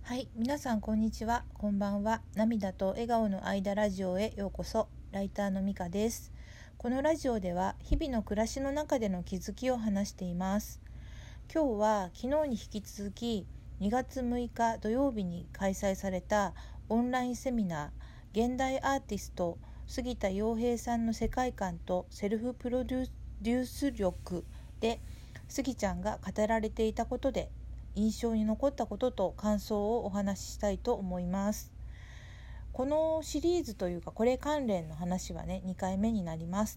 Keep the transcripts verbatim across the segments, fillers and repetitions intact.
はい、皆さんこんにちは、こんばんは。涙と笑顔の間ラジオへようこそ。ライターのみかです。このラジオでは日々の暮らしの中での気づきを話しています。今日は昨日に引き続きにがつむいか土曜日に開催されたオンラインセミナー、現代アーティスト杉田洋平さんの世界観とセルフプロデュース力で杉ちゃんが語られていたことで印象に残ったことと感想をお話ししたいと思います。このシリーズというかこれ関連の話はねにかいめになります。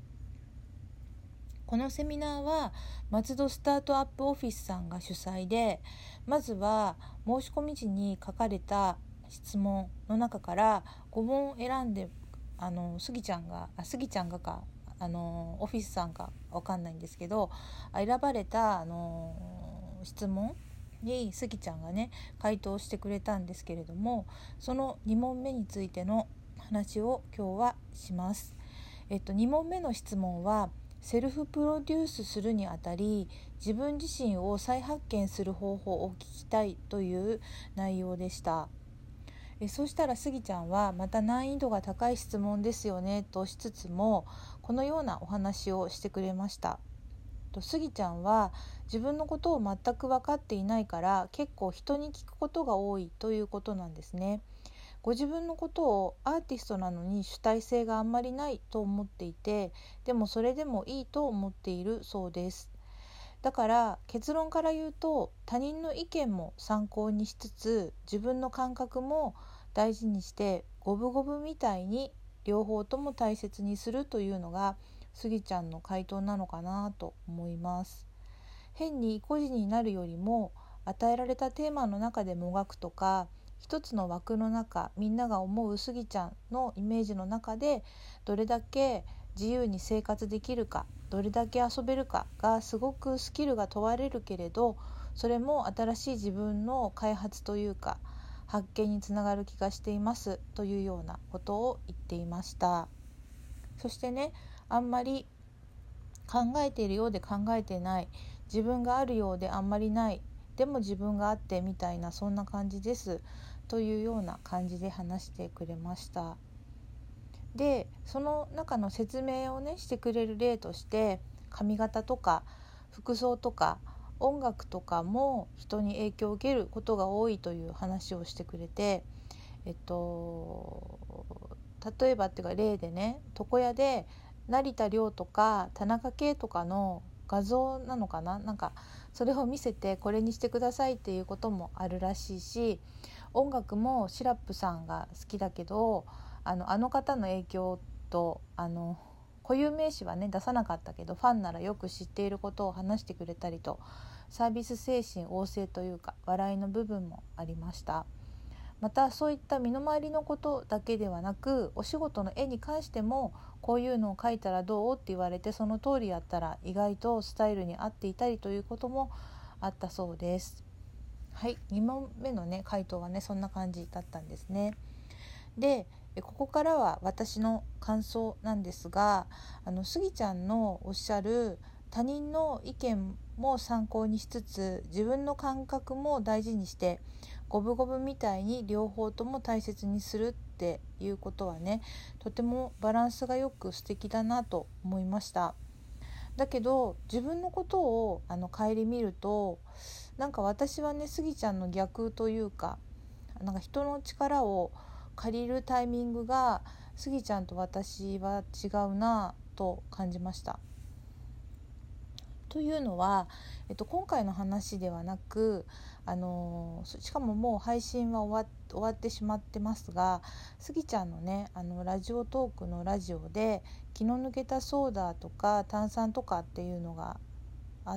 このセミナーは松戸スタートアップオフィスさんが主催で、まずは申し込み時に書かれた質問の中からごもん選んで、あのスギちゃんがあスギちゃんがかあのオフィスさんかわかんないんですけど、選ばれたあの質問にスギちゃんがね回答してくれたんですけれども、そのにもんめについての話を今日はします。えっと、にもんめの質問はセルフプロデュースするにあたり自分自身を再発見する方法を聞きたいという内容でした。えそうしたらスギちゃんはまた難易度が高い質問ですよねとしつつもこのようなお話をしてくれました。とスギちゃんは自分のことを全く分かっていないから結構人に聞くことが多いということなんですね。ご自分のことをアーティストなのに主体性があんまりないと思っていて、でもそれでもいいと思っているそうです。だから結論から言うと他人の意見も参考にしつつ自分の感覚も大事にして五分五分みたいに両方とも大切にするというのがスギちゃんの回答なのかなと思います。変に個人になるよりも与えられたテーマの中でもがくとか、一つの枠の中、みんなが思うスギちゃんのイメージの中でどれだけ自由に生活できるか、どれだけ遊べるかがすごくスキルが問われるけれど、それも新しい自分の開発というか発見につながる気がしていますというようなことを言っていました。そしてね、あんまり考えているようで考えてない、自分があるようであんまりない、でも自分があってみたいな、そんな感じですというような感じで話してくれました。でその中の説明をねしてくれる例として髪型とか服装とか音楽とかも人に影響を受けることが多いという話をしてくれて、えっと例えばっていうか例でね、床屋で成田凌とか田中圭とかの画像なのかな、なんかそれを見せてこれにしてくださいっていうこともあるらしいし、音楽もシラップさんが好きだけどあのあの方の影響とあの固有名詞はね出さなかったけどファンならよく知っていることを話してくれたりと、サービス精神旺盛というか笑いの部分もありました。またそういった身の回りのことだけではなく、お仕事の絵に関してもこういうのを描いたらどうって言われてその通りやったら意外とスタイルに合っていたりということもあったそうです。はい、にもんめのね回答はねそんな感じだったんですね。でここからは私の感想なんですが、あのスギちゃんのおっしゃる他人の意見も参考にしつつ自分の感覚も大事にして五分五分みたいに両方とも大切にするっていうことはね、とてもバランスがよく素敵だなと思いました。だけど自分のことをあの顧みると、なんか私はねスギちゃんの逆というか、なんか人の力を借りるタイミングがスギちゃんと私は違うなと感じました。というのは、えっと、今回の話ではなく、あのしかももう配信は終わ、終わってしまってますが、スギちゃんのねあのラジオトークのラジオで気の抜けたソーダとか炭酸とかっていうのがあって、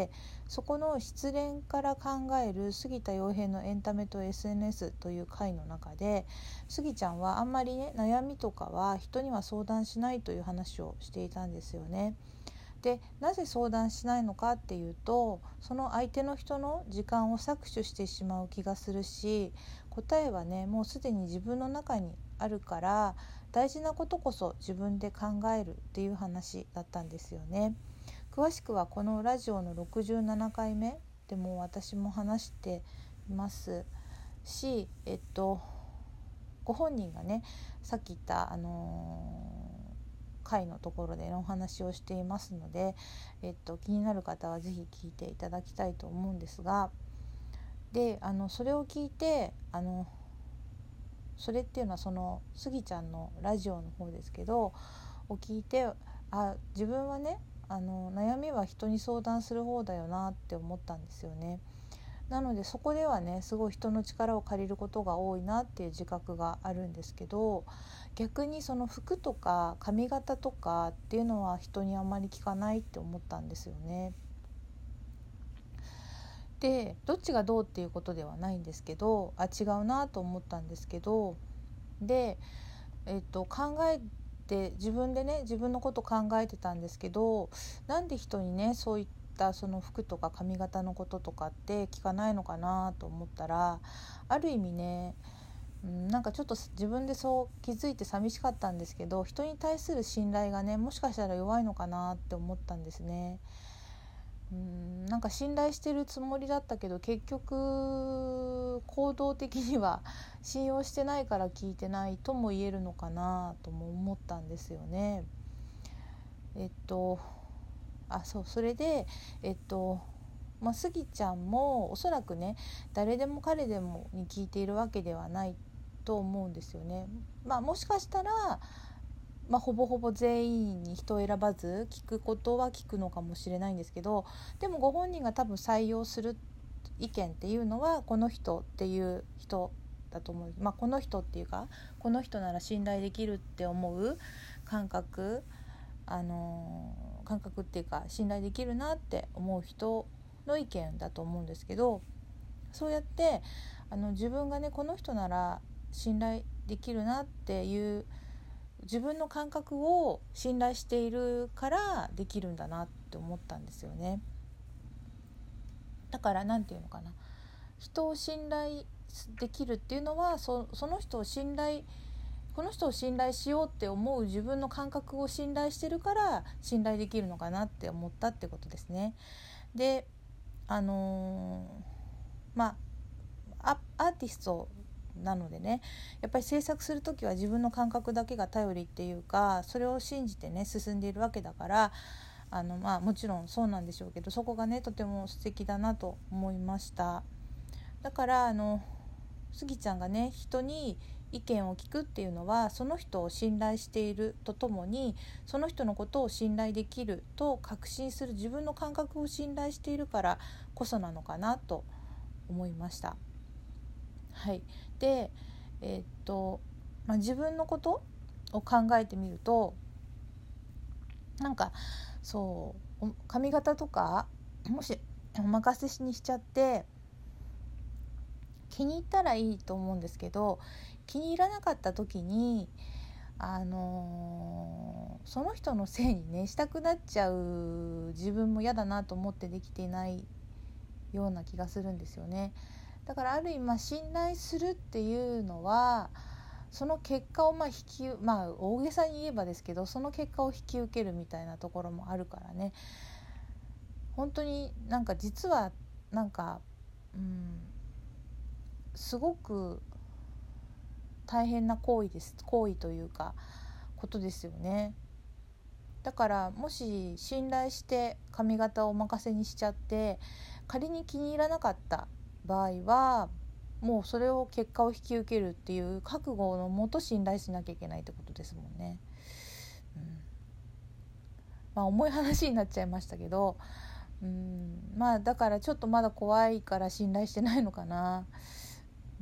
そこの失恋から考える杉田洋平のエンタメと エスエヌエス という回の中で、杉ちゃんはあんまりね悩みとかは人には相談しないという話をしていたんですよね。でなぜ相談しないのかっていうと、その相手の人の時間を搾取してしまう気がするし、答えはねもうすでに自分の中にあるから、大事なことこそ自分で考えるっていう話だったんですよね。詳しくはこのラジオのろくじゅうななかいめでも私も話しています。 し、えっと、ご本人がねさっき言った、あのー、回のところでのお話をしていますので、えっと、気になる方はぜひ聞いていただきたいと思うんですが、であのそれを聞いてあのそれっていうのはそのスギちゃんのラジオの方ですけどを聞いて、あ自分はねあの悩みは人に相談する方だよなって思ったんですよね。なのでそこではねすごい人の力を借りることが多いなっていう自覚があるんですけど、逆にその服とか髪型とかっていうのは人にあまり聞かないって思ったんですよね。でどっちがどうっていうことではないんですけど、あ違うなと思ったんですけど、で、えっと、考えて自分でね自分のこと考えてたんですけど、なんで人にねそういったその服とか髪型のこととかって聞かないのかなと思ったら、ある意味ね、うん、なんかちょっと自分でそう気づいて寂しかったんですけど、人に対する信頼がねもしかしたら弱いのかなって思ったんですね。うんなんか信頼してるつもりだったけど結局行動的には信用してないから聞いてないとも言えるのかなとも思ったんですよね。えっとあそうそれでえっとまあスギちゃんもおそらくね誰でも彼でもに聞いているわけではないと思うんですよね。まあもしかしたらまあ、ほぼほぼ全員に人を選ばず聞くことは聞くのかもしれないんですけど、でもご本人が多分採用する意見っていうのはこの人っていう人だと思う。まあ、この人っていうかこの人なら信頼できるって思う感覚、あのー、感覚っていうか信頼できるなって思う人の意見だと思うんですけど、そうやってあの自分がねこの人なら信頼できるなっていう自分の感覚を信頼しているからできるんだなって思ったんですよね。だからなんていうのかな、人を信頼できるっていうのは そ, その人を信頼この人を信頼しようって思う自分の感覚を信頼してるから信頼できるのかなって思ったってことですね。であのー、まあアーティストなのでねやっぱり制作する時は自分の感覚だけが頼りっていうか、それを信じてね進んでいるわけだから、あの、まあ、もちろんそうなんでしょうけど、そこがねとても素敵だなと思いました。だからあのスギちゃんがね人に意見を聞くっていうのはその人を信頼しているとともにその人のことを信頼できると確信する自分の感覚を信頼しているからこそなのかなと思いました。はい、で、えーっとまあ、自分のことを考えてみると、なんかそう髪型とかもしお任せにしちゃって気に入ったらいいと思うんですけど、気に入らなかった時にあのー、その人のせいにねしたくなっちゃう自分も嫌だなと思ってできていないような気がするんですよね。だからある意味信頼するっていうのはその結果をまあ引きまあ大げさに言えばですけどその結果を引き受けるみたいなところもあるからね、本当になんか実はなんかうんすごく大変な行為です行為というかことですよね。だからもし信頼して髪型をお任せにしちゃって仮に気に入らなかった場合はもうそれを結果を引き受けるっていう覚悟のもと信頼しなきゃいけないってことですもんね。うん、まあ重い話になっちゃいましたけど、うん、まあだからちょっとまだ怖いから信頼してないのかな。うん、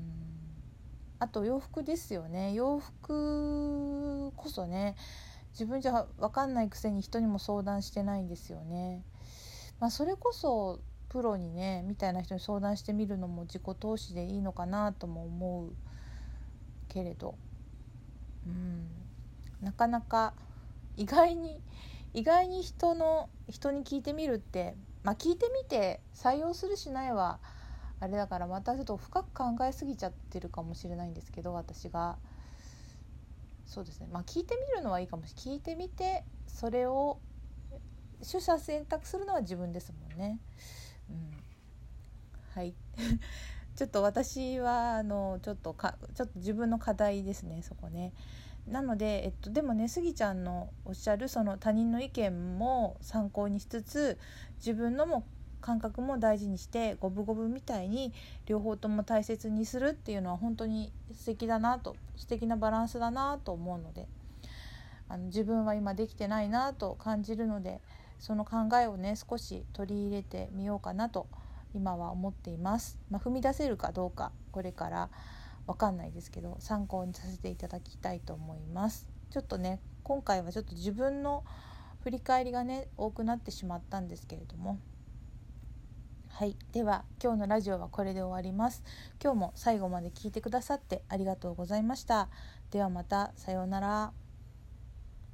あと洋服ですよね。洋服こそね自分じゃ分かんないくせに人にも相談してないんですよね。まあ、それこそプロにねみたいな人に相談してみるのも自己投資でいいのかなとも思うけれど、うん、なかなか意外に意外に人の人に聞いてみるって、まあ、聞いてみて採用するしないはあれだからまたちょっと深く考えすぎちゃってるかもしれないんですけど、私がそうですね、まあ聞いてみるのはいいかもしれない。聞いてみてそれを取捨選択するのは自分ですもんね。うん、はいちょっと私はあのちょっとかちょっと自分の課題ですね、そこね。なので、えっと、でもね、スギちゃんのおっしゃるその他人の意見も参考にしつつ、自分のも感覚も大事にして、五分五分みたいに両方とも大切にするっていうのは本当に素敵だなと、素敵なバランスだなと思うので、あの自分は今できてないなと感じるので、その考えをね少し取り入れてみようかなと今は思っています。まあ、踏み出せるかどうかこれからわかんないですけど、参考にさせていただきたいと思います。ちょっとね、今回はちょっと自分の振り返りがね多くなってしまったんですけれども、はい、では今日のラジオはこれで終わります。今日も最後まで聞いてくださってありがとうございました。ではまた、さようなら。